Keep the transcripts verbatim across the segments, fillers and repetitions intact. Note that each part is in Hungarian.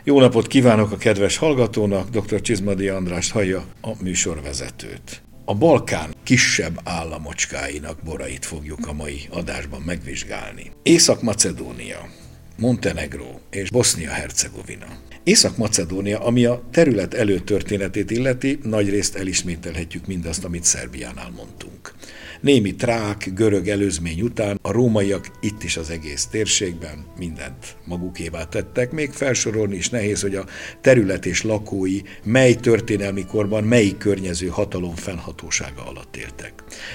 Jó napot kívánok a kedves hallgatónak, dr. Csizmadia Andrást hallja, a műsorvezetőt. A Balkán kisebb államocskáinak borait fogjuk a mai adásban megvizsgálni. Észak-Macedónia, Montenegró és Bosznia-Hercegovina. Észak-Macedónia, ami a terület előtörténetét illeti, nagyrészt elismételhetjük mindazt, amit Szerbiánál mondtunk. Némi trák, görög előzmény után a rómaiak itt is az egész térségben mindent magukévá tettek, még felsorolni is nehéz, hogy a terület és lakói mely történelmi korban melyik környező hatalom fennhatósága alatt éltek.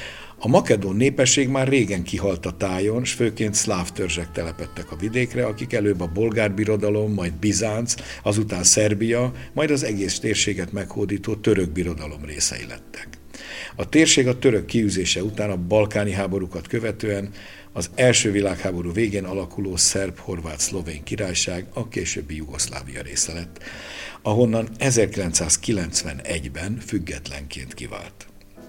A makedón népesség már régen kihalt a tájon, s főként szláv törzsek telepedtek a vidékre, akik előbb a bolgár birodalom, majd Bizánc, azután Szerbia, majd az egész térséget meghódító török birodalom részei lettek. A térség a török kiűzése után a balkáni háborúkat követően az első világháború végén alakuló szerb-horvát-szlovén királyság, a későbbi Jugoszlávia része lett, ahonnan ezerkilencszázkilencvenegyben függetlenként kivált.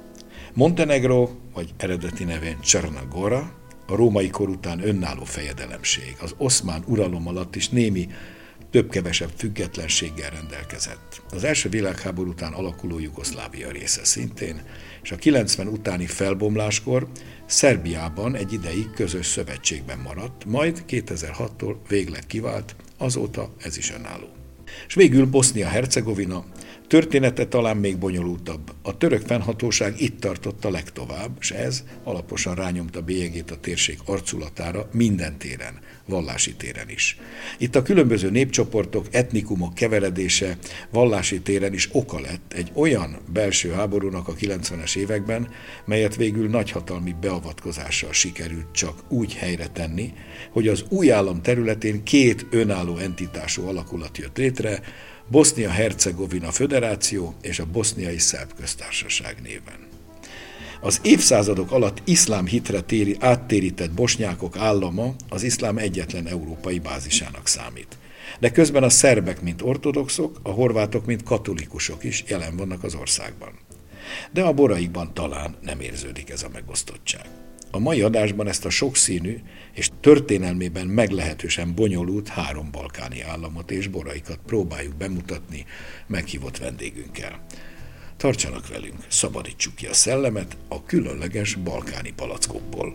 Montenegró, vagy eredeti nevén Crna Gora, a római kor után önálló fejedelemség, az oszmán uralom alatt is némi több-kevesebb függetlenséggel rendelkezett. Az első világháború után alakuló Jugoszlávia része szintén, és a kilencven utáni felbomláskor Szerbiában egy ideig közös szövetségben maradt, majd kétezer-hattól végleg kivált, azóta ez is önálló. És végül Bosznia-Hercegovina, története talán még bonyolultabb. A török fennhatóság itt tartotta legtovább, és ez alaposan rányomta bélyegét a térség arculatára minden téren, vallási téren is. Itt a különböző népcsoportok, etnikumok keveredése vallási téren is oka lett egy olyan belső háborúnak a kilencvenes években, melyet végül nagyhatalmi beavatkozással sikerült csak úgy helyre tenni, hogy az új állam területén két önálló entitású alakulat jött létre, Bosznia-Hercegovina Föderáció és a Boszniai Szerb Köztársaság néven. Az évszázadok alatt iszlám hitre téri, áttérített bosnyákok állama az iszlám egyetlen európai bázisának számít. De közben a szerbek, mint ortodoxok, a horvátok, mint katolikusok is jelen vannak az országban. De a boraikban talán nem érződik ez a megosztottság. A mai adásban ezt a sokszínű és történelmében meglehetősen bonyolult három balkáni államot és boraikat próbáljuk bemutatni meghívott vendégünkkel. Tartsanak velünk, szabadítsuk ki a szellemet a különleges balkáni palackokból.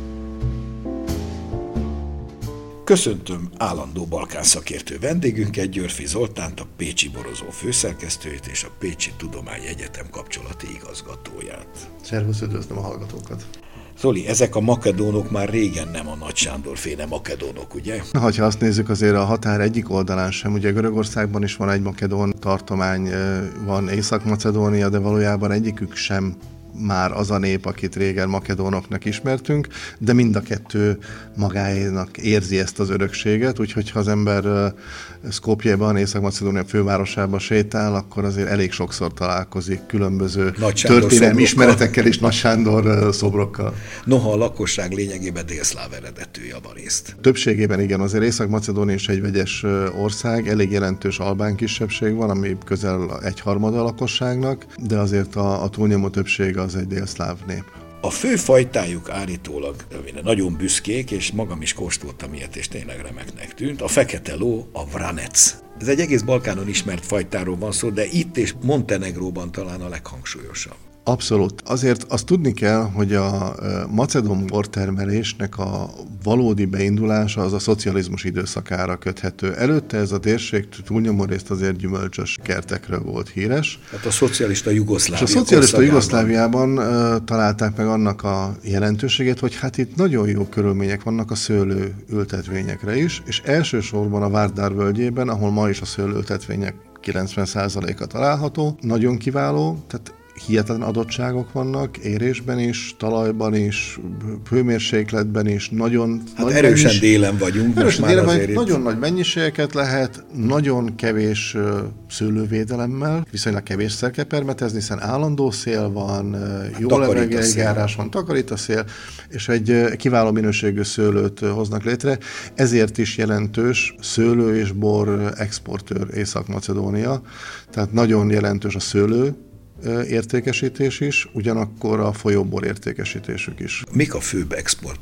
Köszöntöm állandó balkán szakértő vendégünket, Györfi Zoltánt, a Pécsi Borozó főszerkesztőjét és a Pécsi Tudományegyetem kapcsolati igazgatóját. Szervusz, üdvözlöm a hallgatókat! Zoli, ezek a makedónok már régen nem a Nagy Sándor féle makedónok, ugye? Na, ha azt nézzük, azért a határ egyik oldalán sem, ugye Görögországban is van egy makedón tartomány, van Észak-Macedónia, de valójában egyikük sem már az a nép, akit régen makedónoknak ismertünk, de mind a kettő magáénak érzi ezt az örökséget, úgyhogy ha az ember Skopjeban, Észak-Macedónia fővárosában sétál, akkor azért elég sokszor találkozik különböző történelmi ismeretekkel és Nagy Sándor szobrokkal. Noha a lakosság lényegében délszláv eredetű javarészt. Többségében igen, azért Észak-Macedónia is egy vegyes ország, elég jelentős albán kisebbség van, ami közel egyharmada a lakosságnak, de azért a, a túlnyomó többség az egy délszláv nép. A fő fajtájuk állítólag nagyon büszkék, és magam is kóstoltam ilyet, és tényleg remeknek tűnt. A fekete ló, a vranec. Ez egy egész Balkánon ismert fajtáról van szó, de itt és Montenegróban talán a leghangsúlyosabb. Abszolút. Azért azt tudni kell, hogy a macedón bortermelésnek a valódi beindulása az a szocializmus időszakára köthető. Előtte ez a térség túlnyomó részt azért gyümölcsös kertekről volt híres. Hát a szocialista Jugoszlávia. És a szocialista Jugoszláviában uh, találták meg annak a jelentőségét, hogy hát itt nagyon jó körülmények vannak a szőlő ültetvényekre is, és elsősorban a Várdár völgyében, ahol ma is a szőlőültetvények kilencven százaléka található, nagyon kiváló, tehát hihetetlen adottságok vannak, érésben is, talajban is, hőmérsékletben is, nagyon hát nagy erősen mennyis... délen vagyunk. Erősen délen vagyunk, itt... nagyon nagy mennyiségeket lehet, nagyon kevés uh, szőlővédelemmel, viszonylag kevésszer kell permetezni, hiszen állandó szél van, uh, jó levegőeljárás van, takarít a szél, és egy uh, kiváló minőségű szőlőt uh, hoznak létre. Ezért is jelentős szőlő és bor exportőr Észak-Macedónia, tehát nagyon jelentős a szőlő értékesítés is, ugyanakkor a folyóbor értékesítésük is. Mik a főbb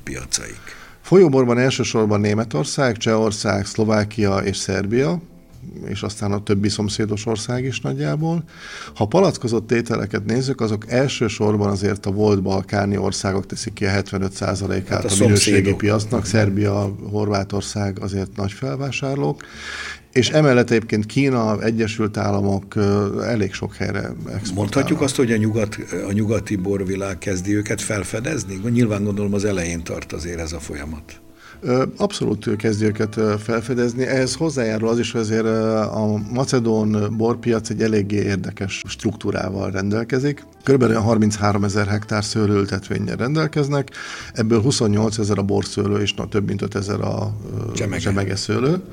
exportpiacaik? Folyóborban elsősorban Németország, Csehország, Szlovákia és Szerbia és aztán a többi szomszédos ország is nagyjából. Ha palackozott ételeket nézzük, azok elsősorban azért a volt balkáni országok teszik ki a hetvenöt százalékát hát a, a minőségi piacnak, Szerbia, Horvátország azért nagy felvásárlók, és emellett egyébként Kína, Egyesült Államok elég sok helyre exportálnak. Mondhatjuk azt, hogy a, nyugat, a nyugati borvilág kezdi őket felfedezni? Nyilván gondolom az elején tart azért ez a folyamat. Abszolút kezdi őket felfedezni. Ehhez hozzájárul az is, hogy azért a macedón borpiac egy eléggé érdekes struktúrával rendelkezik. Körülbelül harmincháromezer hektár szőlőültetvényen rendelkeznek, ebből huszonnyolcezer a borszőlő, és több mint ötezer a zsemege szőlő.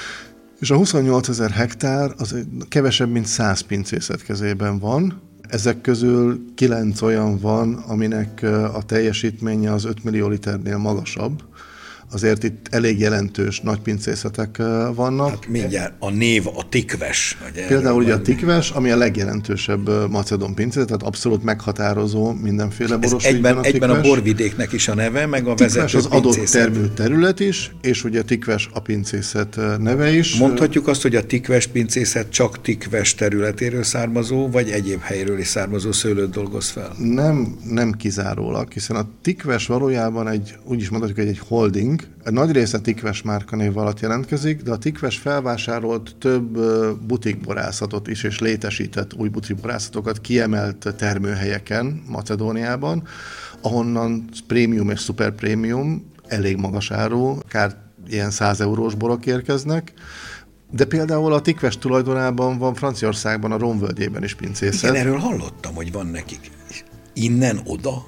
És a huszonnyolcezer hektár az kevesebb, mint száz pincészet kezében van. Ezek közül kilenc olyan van, aminek a teljesítménye az öt millió liternél magasabb. Azért itt elég jelentős nagy pincészetek vannak. Hát mindjárt a név a Tikves. Például ugye a Tikves, ami a legjelentősebb macedón pincészet, tehát abszolút meghatározó mindenféle boros egyben, ügyben a egyben a borvidéknek is a neve, meg a vezető Tikves az adott termő terület is, és ugye Tikves a pincészet neve is. Mondhatjuk azt, hogy a Tikves pincészet csak Tikves területéről származó, vagy egyéb helyről is származó szőlőt dolgoz fel? Nem, nem kizárólag, hiszen a Tikves valójában egy, úgy is mondhatjuk, hogy egy holding. A nagy része Tikves márkanév alatt jelentkezik, de a Tikves felvásárolt több butikborászatot is, és létesített új butikborászatokat kiemelt termőhelyeken Macedóniában, ahonnan prémium és szuper prémium, elég magas áru, akár ilyen száz eurós borok érkeznek. De például a Tikves tulajdonában van Franciaországban, a Romvölgyében is pincészet. Igen, erről hallottam, hogy van nekik. Innen oda?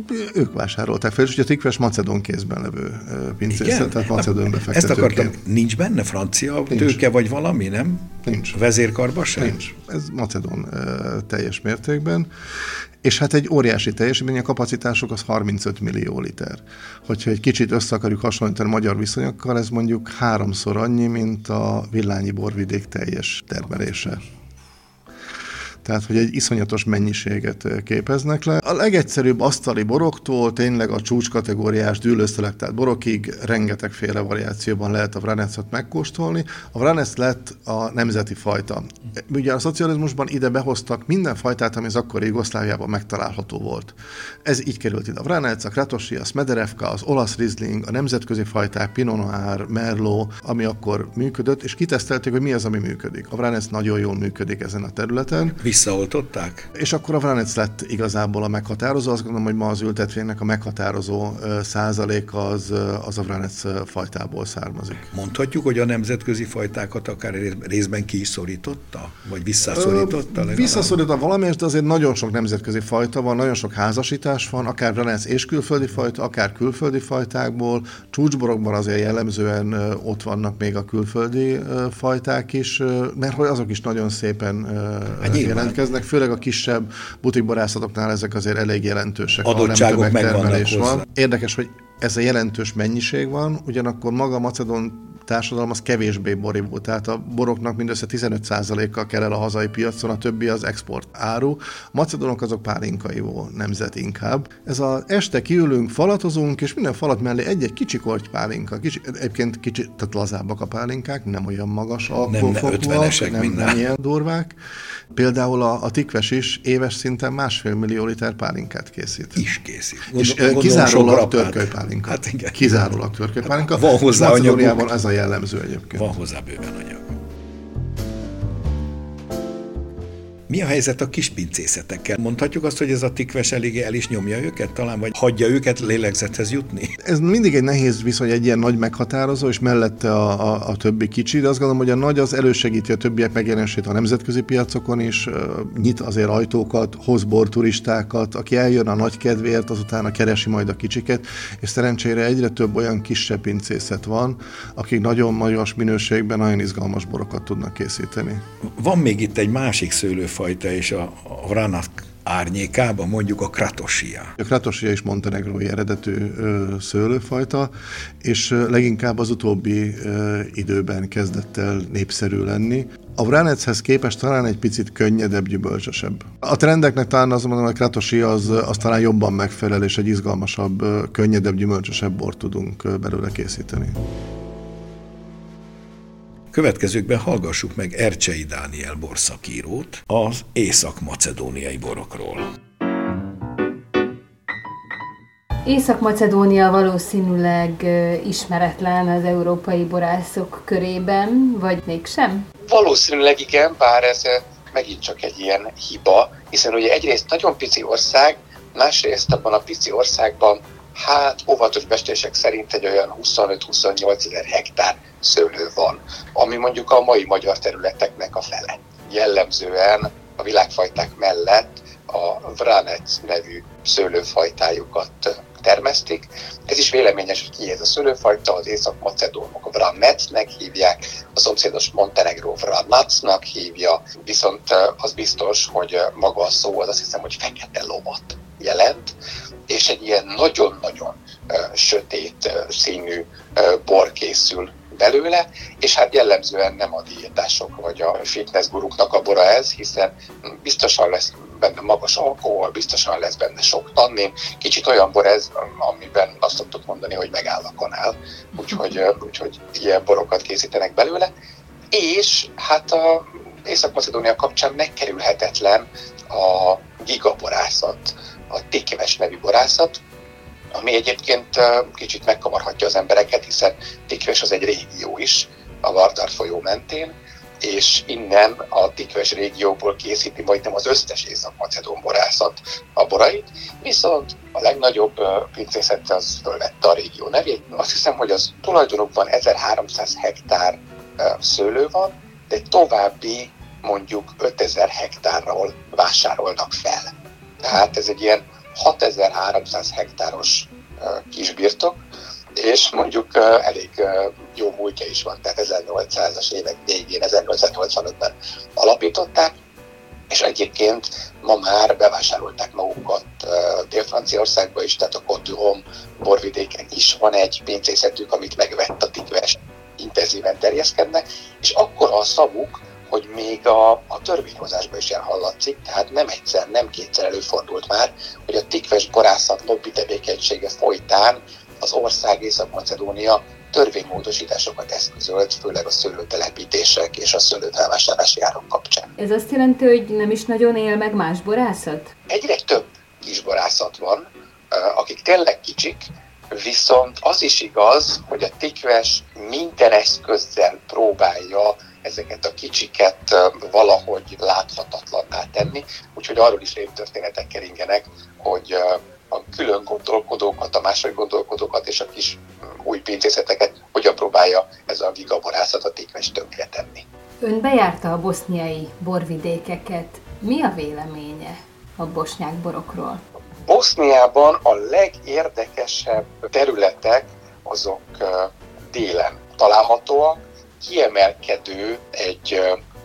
Ők vásárolták fel, és ugye a Tikves macedón kézben levő pincészet, tehát macedón befektetőként. Ezt akartam, nincs benne francia nincs. Tőke vagy valami, nem? Nincs. Vezérkarba sem? Nincs. Ez macedón teljes mértékben. És hát egy óriási teljesítmény, a kapacitások az harmincöt millió liter. Hogyha egy kicsit össze akarjuk hasonlítani magyar viszonyokkal, ez mondjuk háromszor annyi, mint a Villányi borvidék teljes termelése. Tehát, hogy egy iszonyatos mennyiséget képeznek le. A legegyszerűbb asztali boroktól tényleg a csúcskategóriás dűlőszelektált borokig rengetegféle variációban lehet a Vranecot megkóstolni. A Vranec lett a nemzeti fajta. Ugye a szocializmusban ide behoztak minden fajtát, ami az akkori Jugoszláviában megtalálható volt. Ez így került ide a Vranec, a Kratosi, a Smederevka, az olasz Riesling, a nemzetközi fajták, Pinot Noir, Merlot, ami akkor működött, és kitesztelték, hogy mi az, ami működik. A Vranec nagyon jól működik ezen a területen. Visszaoltották? És akkor a Vranec lett igazából a meghatározó. Azt gondolom, hogy ma az ültetvénynek a meghatározó százalék az, az a Vranec fajtából származik. Mondhatjuk, hogy a nemzetközi fajtákat akár részben ki is szorította? Vagy visszaszorította? Visszaszorította valamelyest, de azért nagyon sok nemzetközi fajta van, nagyon sok házasítás van, akár Vranec és külföldi fajta, akár külföldi fajtákból. Csúcsborokban azért jellemzően ott vannak még a külföldi fajták is, mert hogy azok is nagyon szépen hát jelentkeznek, főleg a kisebb butikborászatoknál ezek azért elég jelentősek. Adottságok megvannak van. Érdekes, hogy ez a jelentős mennyiség van, ugyanakkor maga a macedón társadalom az kevésbé borívó, tehát a boroknak mindössze tizenöt százalékkal kell el a hazai piacon, a többi az export áru. A macedónok azok pálinkaivó nemzet inkább. Ez az este kiülünk, falatozunk, és minden falat mellé egy-egy kicsi korty pálinka. Kicsi, egyébként kicsit, tehát lazábbak a pálinkák, nem olyan magas alkoholfokúak, nem, nem, nem ilyen durvák. Például a, a Tikves is éves szinten másfél millió liter pálinkát készít. Is készít. És Gondol, kizárólag törkölypálinka. Hát igen. Kizárólag törkölypálinka. Van hozzá Macedóniában ez a jellemző egyébként. Van hozzá bőven anyag. Mi a helyzet a kis pincészetekkel? Mondhatjuk azt, hogy ez a Tikves eléggé el is nyomja őket talán, vagy hagyja őket lélegzethez jutni? Ez mindig egy nehéz viszony, egy ilyen nagy meghatározó, és mellette a, a, a többi kicsi, de azt gondolom, hogy a nagy az elősegíti a többiek megjelenését a nemzetközi piacokon is, nyit azért ajtókat, hoz borturistákat, aki eljön a nagy kedvéért, azután keresi majd a kicsiket, és szerencsére egyre több olyan kisebb pincészet van, akik nagyon magas minőségben nagyon izgalmas borokat tudnak készíteni. Van még itt egy másik szőlőfajta, és a, a Vranac árnyékában mondjuk a Kratosia. A Kratosia is montenegrói eredetű ö, szőlőfajta, és ö, leginkább az utóbbi ö, időben kezdett el népszerű lenni. A Vranechez képest talán egy picit könnyedebb, gyümölcsösebb. A trendeknek talán azt mondom, hogy a Kratosia az, az talán jobban megfelel, és egy izgalmasabb, ö, könnyedebb, gyümölcsösebb bort tudunk ö, belőle készíteni. Következőkben hallgassuk meg Ercsei Dániel borszakírót az észak-macedóniai borokról. Észak-Macedónia valószínűleg ismeretlen az európai borászok körében, vagy mégsem? Valószínűleg igen, bár ez megint csak egy ilyen hiba, hiszen ugye egyrészt nagyon pici ország, másrészt abban a pici országban, hát óvatos becslések szerint egy olyan huszonöt-huszonnyolc ezer hektár szőlő van, ami mondjuk a mai magyar területeknek a fele. Jellemzően a világfajták mellett a Vranec nevű szőlőfajtájukat termesztik. Ez is véleményes, hogy ki ez a szőlőfajta, az észak-macedónok Vranecnek hívják, a szomszédos Montenegró Vranacnak hívja, viszont az biztos, hogy maga a szó az azt hiszem, hogy fekete lovat jelent, és egy ilyen nagyon-nagyon uh, sötét uh, színű uh, bor készül belőle, és hát jellemzően nem a diétások vagy a fitnessguruknak a bora ez, hiszen biztosan lesz benne magas alkohol, biztosan lesz benne sok tannin, kicsit olyan bor ez, amiben azt szoktuk mondani, hogy megáll a kanál, úgyhogy, úgyhogy ilyen borokat készítenek belőle, és hát a Észak-Macedónia kapcsán megkerülhetetlen a gigaborászat, a Tikves nevű borászat, ami egyébként kicsit megkavarhatja az embereket, hiszen Tikves az egy régió is a Vardar folyó mentén, és innen a Tikves régióból készíti majdnem az összes észak-macedón borászat a borait, viszont a legnagyobb pincészet az fölvette a régió nevét. Azt hiszem, hogy az tulajdonokban ezerháromszáz hektár szőlő van, de további mondjuk ötezer hektárról vásárolnak fel. Tehát ez egy ilyen hatezerháromszáz hektáros kisbirtok, és mondjuk elég jó múltja is van, tehát ezernyolcszázas évek végén, ezernyolcszáznyolcvanötben alapították, és egyébként ma már bevásárolták magukat Dél-Franciaországba is, tehát a Côte-du-Rhône borvidéken is van egy pincészetük, amit megvett a Tikves, intenzíven terjeszkednek, és akkor a szavuk, hogy még a, a törvényhozásban is elhallatszik, tehát nem egyszer, nem kétszer előfordult már, hogy a Tikves borászat lobby tevékenysége folytán az ország Észak-Macedónia törvénymódosításokat eszközölt, főleg a szőlőtelepítések és a szőlőfelvásárlási árak kapcsán. Ez azt jelenti, hogy nem is nagyon él meg más borászat? Egyre több kisborászat van, akik tényleg kicsik, viszont az is igaz, hogy a Tikves minden eszközzel próbálja ezeket a kicsiket valahogy láthatatlanná tenni, úgyhogy arról is rémtörténetek keringenek, hogy a külön gondolkodókat, a másik gondolkodókat és a kis új pincészeteket hogyan próbálja ez a gigaborászat a Tikves tönkretenni. Ön bejárta a boszniai borvidékeket. Mi a véleménye a bosnyák borokról? Boszniában a legérdekesebb területek azok délen találhatóak, kiemelkedő egy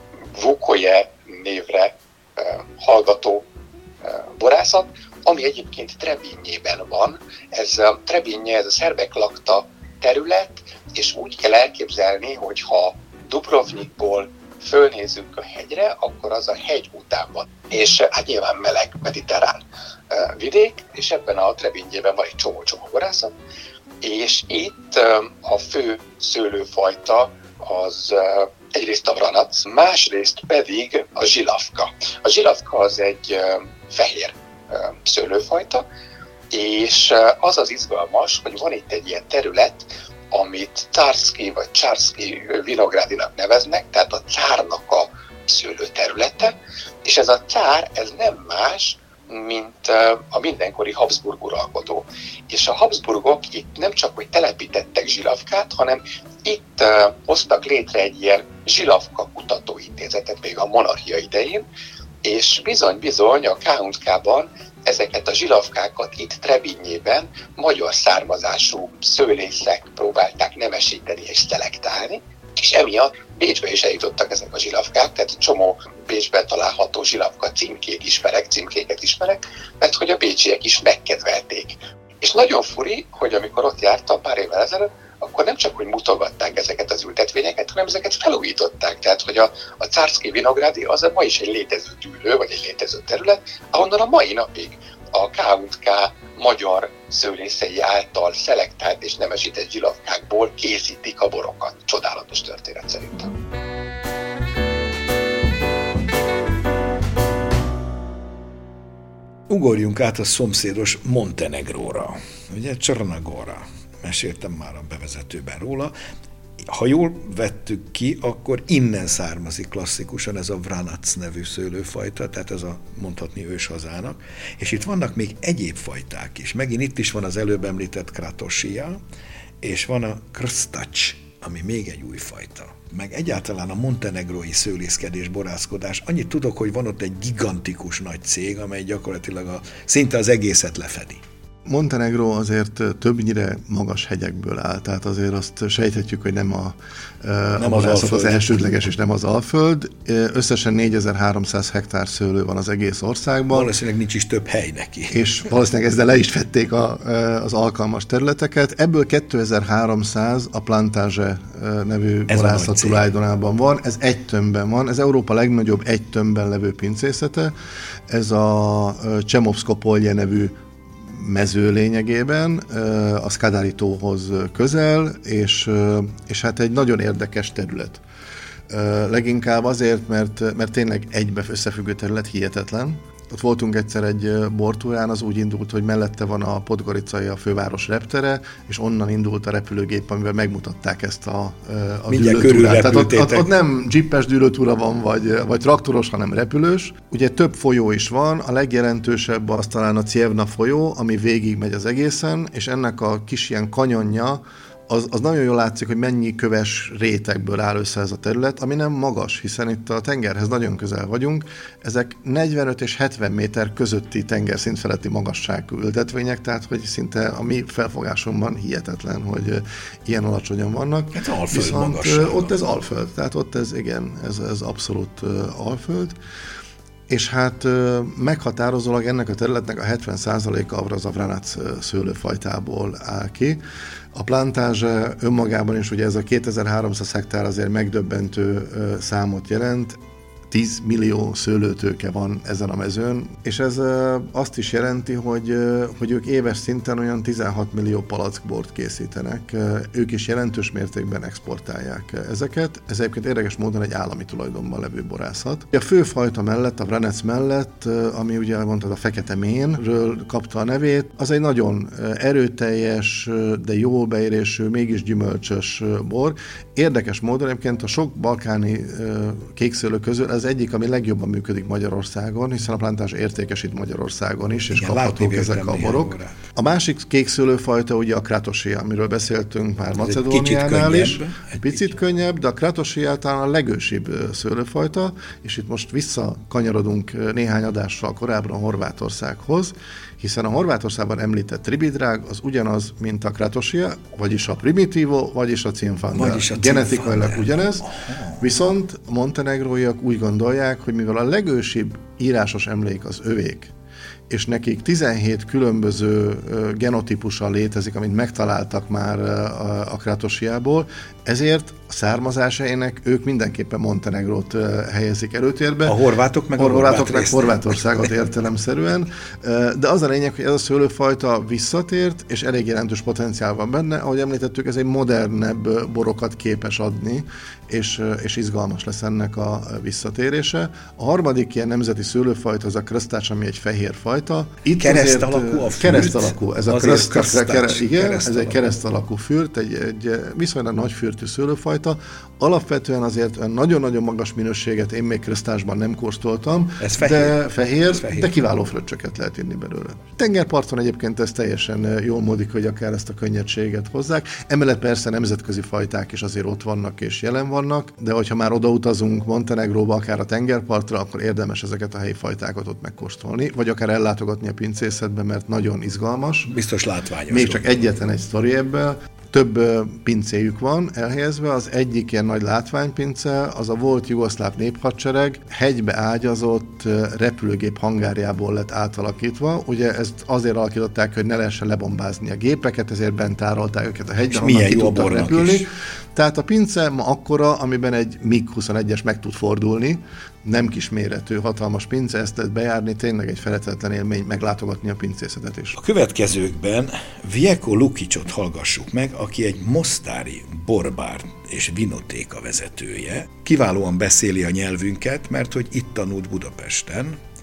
Vukoje névre hallgató borászat, ami egyébként Trebinjében van. Ez a Trebinje, ez a szerbek lakta terület, és úgy kell elképzelni, hogy ha Dubrovnikból fölnézünk a hegyre, akkor az a hegy után van. És hát nyilván meleg, mediterrán vidék, és ebben a Trebinjében van egy csomó-csomó borászat, és itt a fő szőlőfajta az egyrészt a Vranac, másrészt pedig a zsilavka. A zsilavka az egy fehér szőlőfajta, és az az izgalmas, hogy van itt egy ilyen terület, amit Cárszki vagy Csárszki vinográdinak neveznek, tehát a cárnak a szőlőterülete, és ez a cár, ez nem más, mint a mindenkori Habsburg uralkodó. És a Habsburgok itt nem csak, hogy telepítettek zsilavkát, hanem itt uh, hoztak létre egy ilyen zsilavka kutatóintézetet még a monarchia idején, és bizony-bizony a ká és ká-ban ezeket a zsilavkákat itt Trebinjében magyar származású szőlészek próbálták nemesíteni és szelektálni, és emiatt Bécsbe is eljutottak ezek a zsilavkák, tehát csomó Bécsben található zsilavka címkék ismerek, címkéket ismerek, mert hogy a bécsiek is megkedvelték. És nagyon furi, hogy amikor ott jártam pár évvel ezelőtt, akkor nem csak, hogy mutogatták ezeket az ültetvényeket, hanem ezeket felújították. Tehát, hogy a, a Cárszki vinográdi az a ma is egy létező dűlő, vagy egy létező terület, ahonnan a mai napig a ká és ká magyar szőlészei által szelektált és nemesített zsilavkákból készítik a borokat. Csodálatos történet szerintem. Ugorjunk át a szomszédos Montenegróra. Ugye Crna Gora. Meséltem már a bevezetőben róla. Ha jól vettük ki, akkor innen származik klasszikusan ez a Vranac nevű szőlőfajta, tehát ez a mondhatni őshazának. És itt vannak még egyéb fajták is. Megint itt is van az előbb említett Kratosia, és van a Krstač, ami még egy új fajta. Meg egyáltalán a montenegrói szőlészkedés, borászkodás. Annyit tudok, hogy van ott egy gigantikus nagy cég, amely gyakorlatilag a, szinte az egészet lefedi. Montenegró azért többnyire magas hegyekből áll, tehát azért azt sejthetjük, hogy nem a, nem a az, az elsődleges, és nem az Alföld. Összesen négyezer-háromszáz hektár szőlő van az egész országban. Valószínűleg nincs is több hely neki. És valószínűleg ezzel le is fedték a, az alkalmas területeket. Ebből kétezer-háromszáz a Plantage nevű borászat tulajdonában van. Ez egy tömbben van. Ez Európa legnagyobb egy tömbben levő pincészete. Ez a Csemovszkopolje nevű mező lényegében, a Skadari tóhoz közel, és, és hát egy nagyon érdekes terület. Leginkább azért, mert, mert tényleg egybe összefüggő terület, hihetetlen. Ott voltunk egyszer egy bortúrán, az úgy indult, hogy mellette van a Podgoricai, a főváros reptere, és onnan indult a repülőgép, amivel megmutatták ezt a, a dűlőtúrát. Tehát ott, ott, ott nem jeepes dűlőtúra van, vagy, vagy traktoros, hanem repülős. Ugye több folyó is van, a legjelentősebb az talán a Cievna folyó, ami végig megy az egészen, és ennek a kis ilyen kanyonja, Az, az nagyon jól látszik, hogy mennyi köves rétegből áll össze ez a terület, ami nem magas, hiszen itt a tengerhez nagyon közel vagyunk. Ezek negyvenöt és hetven méter közötti tengerszint feletti magasságú ültetvények, tehát hogy szinte a mi felfogásomban hihetetlen, hogy ilyen alacsonyan vannak. Ez Alföld Viszont magasság. Ott ez Alföld, tehát ott ez igen, ez, ez abszolút Alföld. És hát meghatározólag ennek a területnek a hetven százaléka az a Vranac szőlőfajtából áll ki. A Plantage önmagában is, ugye ez a kétezer-háromszáz hektár azért megdöbbentő számot jelent, tíz millió szőlőtőke van ezen a mezőn, és ez azt is jelenti, hogy, hogy ők éves szinten olyan tizenhat millió palackbort készítenek. Ők is jelentős mértékben exportálják ezeket. Ez egyébként érdekes módon egy állami tulajdonban levő borászat. A főfajta mellett, a Vranac mellett, ami ugye mondtad a fekete ménről kapta a nevét, az egy nagyon erőteljes, de jól beérésű, mégis gyümölcsös bor. Érdekes módon egyébként a sok balkáni kékszőlő közül az egyik, ami legjobban működik Magyarországon, hiszen a Plantage értékesít Magyarországon is, és kaphatók ezek a borok. A másik kékszőlőfajta ugye a Kratosia, amiről beszéltünk már Macedóniánál is. Egy picit könnyebb, de a Kratosia talán a legősibb szőlőfajta, és itt most visszakanyarodunk néhány adással korábban a Horvátországhoz, hiszen a Horvátországban említett ribidrág az ugyanaz, mint a Kratosia, vagyis a Primitivo, vagyis a Zinfandel. Genetikailag ugyanez, viszont a montenegróiak úgy gondolják, hogy mivel a legősibb írásos emlék az övék, és nekik tizenhét különböző genotípusa létezik, amit megtaláltak már a Kratosiából, ezért a származásának ők mindenképpen Montenegrót helyezik előtérbe. A horvátok meg a, a horvátok meg Horvátországot értelemszerűen. De az a lényeg, hogy ez a szőlőfajta visszatért, és elég jelentős potenciál van benne. Ahogy említettük, ez egy modernebb borokat képes adni, és, és izgalmas lesz ennek a visszatérése. A harmadik ilyen nemzeti szőlőfajta az a Krstač, ami egy fehér fajta. Itt kereszt alakú a fürt. Kereszt alakú. Ez a Krstač, igen, ez egy kereszt alakú fürt, egy, egy viszonylag nagy fürtű szőlőfajta. Alapvetően azért nagyon-nagyon magas minőséget én még Krstačban nem kóstoltam, ez fehér. de fehér, ez fehér, de kiváló fröccsöket lehet inni belőle. Tengerparton egyébként ez teljesen jól módik, hogy akár ezt a könnyedséget hozzák. Emellett persze nemzetközi fajták is azért ott vannak és jelen vannak, de hogyha már odautazunk Montenegróba, akár a tengerpartra, akkor érdemes ezeket a helyi fajtákat ott megkóstolni, vagy akár ellátogatni a pincészetbe, mert nagyon izgalmas. Biztos látványos. Még csak egyetlen egy sztori ebből. Több pincéjük van elhelyezve, az egyik ilyen nagy látványpince, az a volt jugoszláv néphadsereg hegybe ágyazott repülőgép hangárjából lett átalakítva. Ugye ezt azért alakították, hogy ne lehessen lebombázni a gépeket, ezért bent tárolták őket a hegyben, onnan ki tudtak repülni. Is. Tehát a pince ma akkora, amiben egy mig huszonegyes meg tud fordulni, nem kisméretű, hatalmas pince, ezt lehet bejárni, tényleg egy felejthetetlen élmény meglátogatni a pincészetet is. A következőkben Vjeko Lukićot hallgassuk meg, aki egy mostári borbár és vinotéka vezetője. Kiválóan beszéli a nyelvünket, mert hogy itt tanult Budapesten,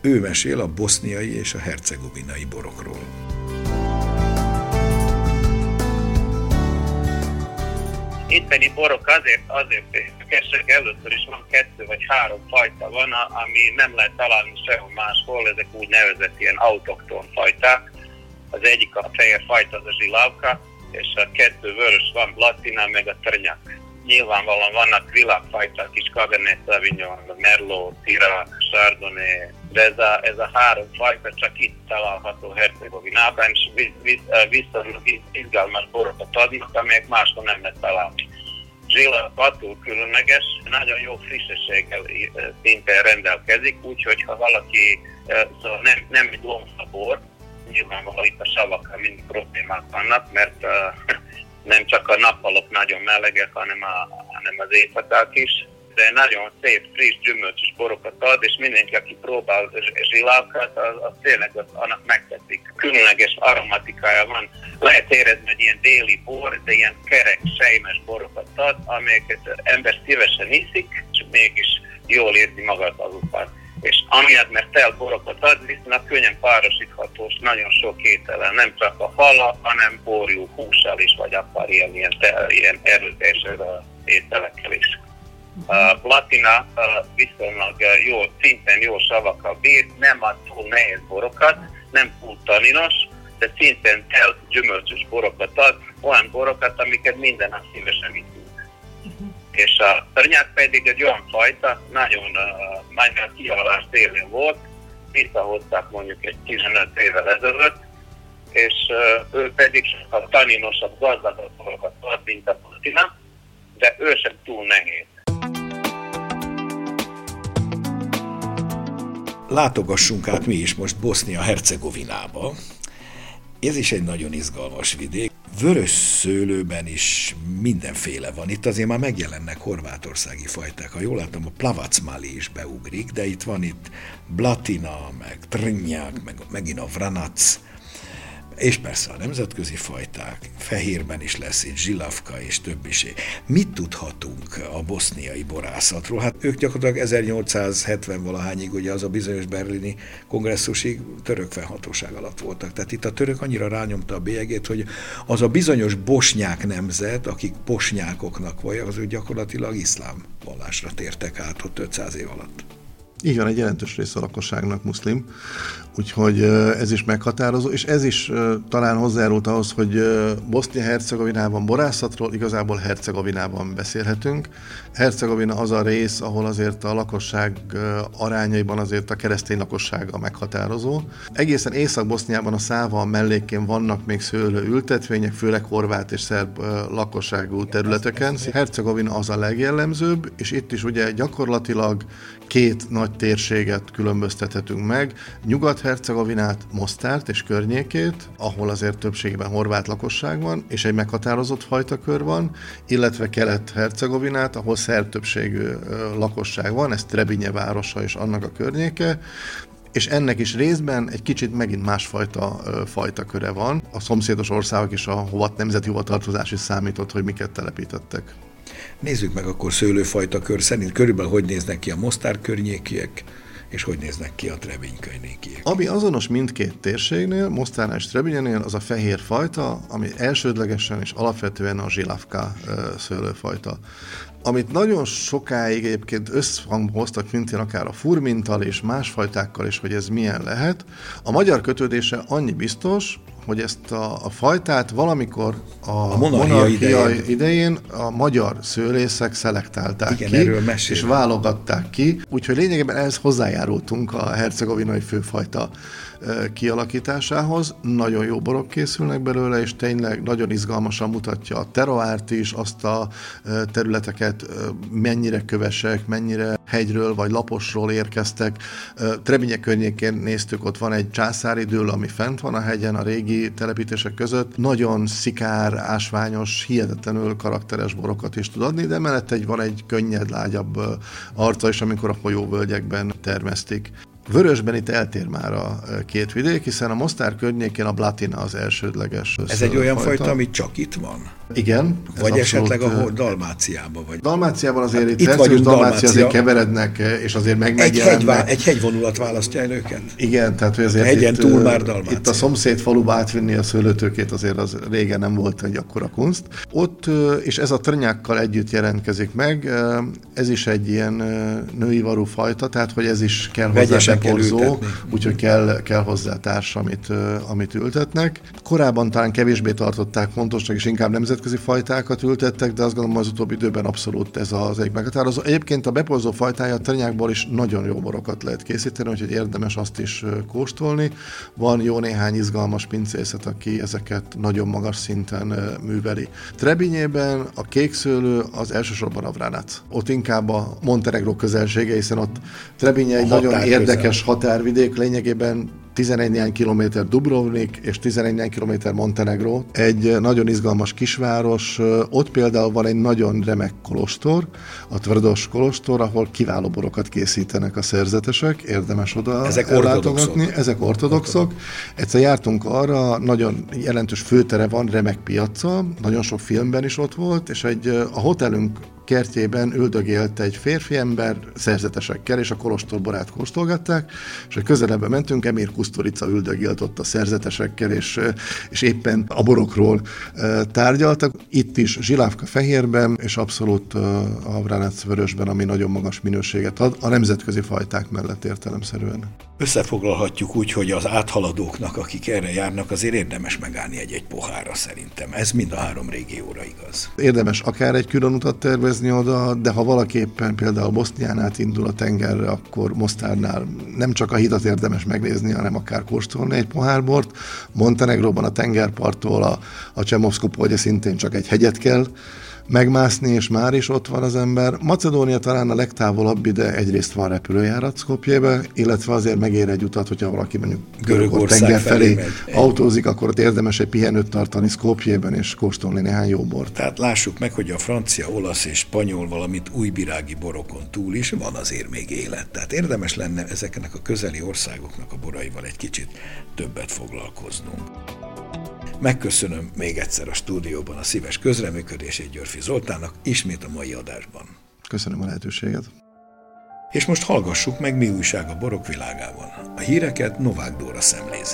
Ő mesél a boszniai és a hercegovinai borokról. Itteni borok azért, azért érdekesek, először is van kettő vagy három fajta van, ami nem lehet találni sehol máshol, ezek úgynevezett ilyen autokton fajták. Az egyik a fehér fajta, az a zsilavka, és a kettő vörös van, Blatina, meg a Trnjak. Nyilvánvalóan vannak világfajták is, Cabernet Sauvignon, Merlot, Syrah, Chardonnay, de ez a, ez a három fajta csak itt található Hercegovinában, és viszonylag izgalmas borokat adnak, amelyek máshol nem lehet találni. Zsilavka attól különleges, nagyon jó frissességgel szintén rendelkezik, úgyhogy ha valaki, szóval nem, nem egy lomszabor, nyilvánvalóan itt a savakkal mindig problémák vannak, mert uh, nem csak a nappalok nagyon melegek, hanem, a, hanem az éjszakák is, de nagyon szép, friss, gyümölcsös borokat ad, és mindenki, aki próbál zsilavkát, az, az tényleg az, annak megtetszik. Különleges aromatikája van. Lehet érezni, hogy ilyen déli bor, de ilyen kerek, sejmes borokat ad, amelyeket ember szívesen iszik, és mégis jól érzi magát azután. És amiatt, mert tel borokat ad, viszont könnyen párosítható, nagyon sok ételen, nem csak a hala, hanem borjú hússal is, vagy akár ilyen, ilyen, ilyen erőteljes ételekkel is. A Blatina viszonylag jó, szintén jó savakkal bír, nem ad túl nehéz borokat, nem túl taninos, de szintén tel gyümölcsös borokat ad, olyan borokat, amiket minden nap szívesen viszünk. És a Trnjak pedig egy olyan fajta, nagyon uh, már kihalás élén volt, visszahozták mondjuk egy tizenöt évvel ezelőtt, és uh, ő pedig a taninosabb, gazdagabb borokat ad, mint a Blatina, de ő sem túl nehéz. Látogassunk át mi is most Bosznia-Hercegovinába. Ez is egy nagyon izgalmas vidék. Vörös szőlőben is mindenféle van. Itt azért már megjelennek horvátországi fajták. Ha jól látom, a Plavacmali is beugrik, de itt van itt Blatina, meg Trnjak, meg megint a Vranac, és persze a nemzetközi fajták, fehérben is lesz itt zsilavka és többiség. Mit tudhatunk a boszniai borászatról? Hát ők gyakorlatilag ezernyolcszázhetven-valahányig, ugye az a bizonyos berlini kongresszusig török fennhatóság alatt voltak. Tehát itt a török annyira rányomta a bélyegét, hogy az a bizonyos bosnyák nemzet, akik bosnyákoknak voltak, az ő gyakorlatilag iszlám vallásra tértek át ott ötszáz év alatt. Így van, egy jelentős része a lakosságnak muszlim, úgyhogy ez is meghatározó, és ez is talán hozzájárult ahhoz, hogy Bosznia-Hercegovinában borászatról igazából Hercegovinában beszélhetünk. Hercegovina az a rész, ahol azért a lakosság arányaiban azért a keresztény lakossága meghatározó. Egészen Észak-Boszniában a Száva mellékén vannak még szőlőültetvények, főleg horvát és szerb lakosságú területeken. Hercegovina az a legjellemzőbb, és itt is ugye gyakorlatilag két nagy térséget különböztethetünk meg, Nyugat-Hercegovinát, Mostárt és környékét, ahol azért többségében horvát lakosság van, és egy meghatározott fajtakör van, illetve Kelet-Hercegovinát, ahol szerb többségű lakosság van, ez Trebinje városa és annak a környéke, és ennek is részben egy kicsit megint másfajta fajtaköre van. A szomszédos országok is a hovat, nemzeti hovatartozás is számított, hogy miket telepítettek. Nézzük meg akkor szőlőfajta kör szerint körülbelül hogy néznek ki a Mostár környékiek, és hogy néznek ki a Trebinj környékiek. Ami azonos mindkét térségnél, Mostárnál és Trebinjénél, az a fehér fajta, ami elsődlegesen és alapvetően a zsilavka szőlőfajta. Amit nagyon sokáig egyébként összhangba hoztak szintén akár a furmintal és más fajtákkal is, hogy ez milyen lehet. A magyar kötődése annyi biztos, hogy ezt a, a fajtát valamikor a, a monarchia, monarchia idején. idején a magyar szőlészek szelektálták Igen, ki, erről és válogatták ki, úgyhogy lényegében ehhez hozzájárultunk a hercegovinai főfajta kialakításához. Nagyon jó borok készülnek belőle, és tényleg nagyon izgalmasan mutatja a teroárt is, azt a területeket, mennyire kövesek, mennyire hegyről vagy laposról érkeztek. Trebinje környékén néztük, ott van egy császári dől, ami fent van a hegyen, a régi telepítések között. Nagyon szikár, ásványos, hihetetlenül karakteres borokat is tud adni, de mellett egy, van egy könnyed, lágyabb arca is, amikor a folyóvölgyekben termesztik. Vörösben itt eltér már a két vidék, hiszen a Mostár környékén a Blatina az elsődleges. Ez egy olyan fajta, fajta, ami csak itt van? Igen. Vagy esetleg a Dalmáciában? Vagy... Dalmáciában azért hát itt Herceg és Dalmácia azért keverednek, és azért meg megjelennek. Egy hegyvonulat választja el őket? Igen, tehát hogy azért hegyen itt, túl már Dalmácia. Itt a szomszéd faluba átvinni a szőlőtőkét azért az régen nem volt egy akkora kunst. Ott, és ez a trnyákkal együtt jelentkezik meg, ez is egy ilyen női varú fajta, tehát hogy ez is kell hozzá beporzó, úgyhogy kell, kell hozzá társ, amit, amit ültetnek. Korábban talán kevésbé tartották fontosnak, és inkább nemzetközi fajtákat ültettek, de azt gondolom az utóbbi időben abszolút ez az egyik meghatározó. Egyébként a beporzó fajtája a trnyákból is nagyon jó borokat lehet készíteni, úgyhogy érdemes azt is kóstolni. Van jó néhány izgalmas pincészet, aki ezeket nagyon magas szinten műveli. Trebinyében a kékszőlő az elsősorban a Vranac. Ott inkább a Montenegro közelsége, hiszen ott Trebinje egy nagyon érdekes határvidék, lényegében tizenegy néhány kilométer Dubrovnik és tizenegy néhány kilométer Montenegro. Egy nagyon izgalmas kisváros, ott például van egy nagyon remek kolostor, a Tvrdos kolostor, ahol kiváló borokat készítenek a szerzetesek, érdemes oda Ezek ellátogatni. Ezek ortodoxok. Egyszer jártunk arra, nagyon jelentős főtere van, remek piaca, nagyon sok filmben is ott volt, és egy, a hotelünk kertjében üldögélt egy férfi ember szerzetesekkel, és a kolostorborát kóstolgatták, és hogy közelebbre mentünk, Emir Kusturica üldögélt ott a szerzetesekkel, és, és éppen a borokról tárgyaltak. Itt is Zsilávka fehérben, és abszolút a Vranac vörösben, ami nagyon magas minőséget ad, a nemzetközi fajták mellett értelemszerűen. Összefoglalhatjuk úgy, hogy az áthaladóknak, akik erre járnak, azért érdemes megállni egy-egy pohárra szerintem. Ez mind a három régióra igaz. Érdemes akár egy külön utat tervezni oda, de ha valaképpen például Bosznián át indul a tengerre, akkor Mostárnál nem csak a hidat érdemes megnézni, hanem akár kóstolni egy pohárbort. Montenegróban a tengerparttól a, a Csemovszku-polje szintén csak egy hegyet kell megmászni, és már is ott van az ember. Macedónia talán a legtávolabb, ide egyrészt van repülőjárat Skopjébe, illetve azért megér egy utat, hogyha valaki mondjuk Görögország tenger felé, felé autózik, akkor ott érdemes egy pihenőt tartani Skopjében, és kóstolni néhány jó bort. Tehát lássuk meg, hogy a francia, olasz és spanyol, valamint újvirági borokon túl is van azért még élet. Tehát érdemes lenne ezeknek a közeli országoknak a boraival egy kicsit többet foglalkoznunk. Megköszönöm még egyszer a stúdióban a szíves közreműködését Györfi Zoltánnak, ismét a mai adásban. Köszönöm a lehetőséget. És most hallgassuk meg, mi újság a borok világában. A híreket Novák Dóra szemlézi.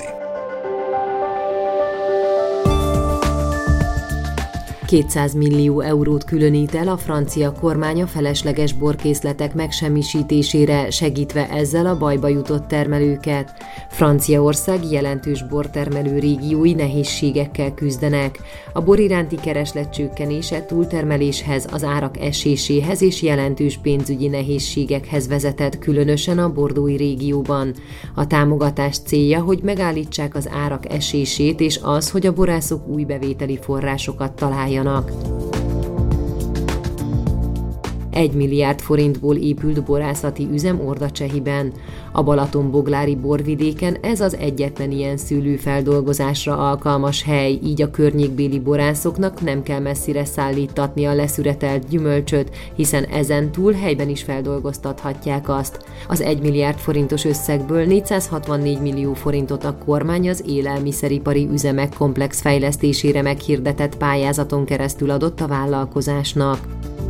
kétszáz millió eurót különít el a francia kormány a felesleges borkészletek megsemmisítésére, segítve ezzel a bajba jutott termelőket. Franciaország jelentős bortermelő régiói nehézségekkel küzdenek. A bor iránti kereslet csökkenése túltermeléshez, az árak eséséhez és jelentős pénzügyi nehézségekhez vezetett, különösen a bordói régióban. A támogatás célja, hogy megállítsák az árak esését, és az, hogy a borászok új bevételi forrásokat találjanak. Egy milliárd forintból épült borászati üzem Ordacsehiben. A Balatonboglári borvidéken ez az egyetlen ilyen szőlőfeldolgozásra alkalmas hely, így a környékbéli borászoknak nem kell messzire szállítatni a leszüretelt gyümölcsöt, hiszen ezen túl helyben is feldolgoztathatják azt. Az egy milliárd forintos összegből négyszázhatvannégy millió forintot a kormány az élelmiszeripari üzemek komplex fejlesztésére meghirdetett pályázaton keresztül adott a vállalkozásnak.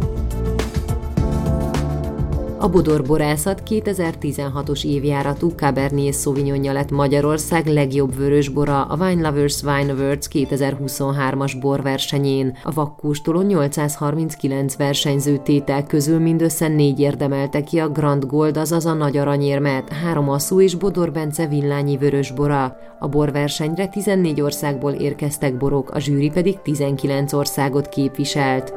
A Bodor borászat kétezer-tizenhatos évjáratú Cabernet Sauvignonja lett Magyarország legjobb vörösbora a Wine Lovers Wine Awards kétezer-huszonhármas borversenyén. A vakkóstoló nyolcszázharminckilenc versenyző tétel közül mindössze négy érdemelte ki a Grand Gold, azaz a nagy aranyérmet, három Asszú és Bodor Bence villányi vörösbora. A borversenyre tizennégy országból érkeztek borok, a zsűri pedig tizenkilenc országot képviselt.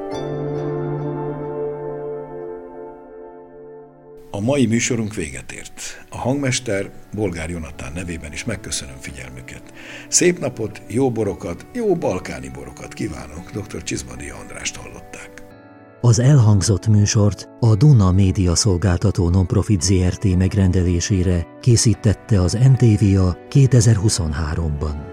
A mai műsorunk véget ért. A hangmester Bolgár Jonatán nevében is megköszönöm figyelmüket. Szép napot, jó borokat, jó balkáni borokat kívánok. dr. Csizmadia Andrást hallották. Az elhangzott műsort a Duna Média Szolgáltató Nonprofit Zrt. Megrendelésére készítette az em té vé á kétezer-huszonháromban.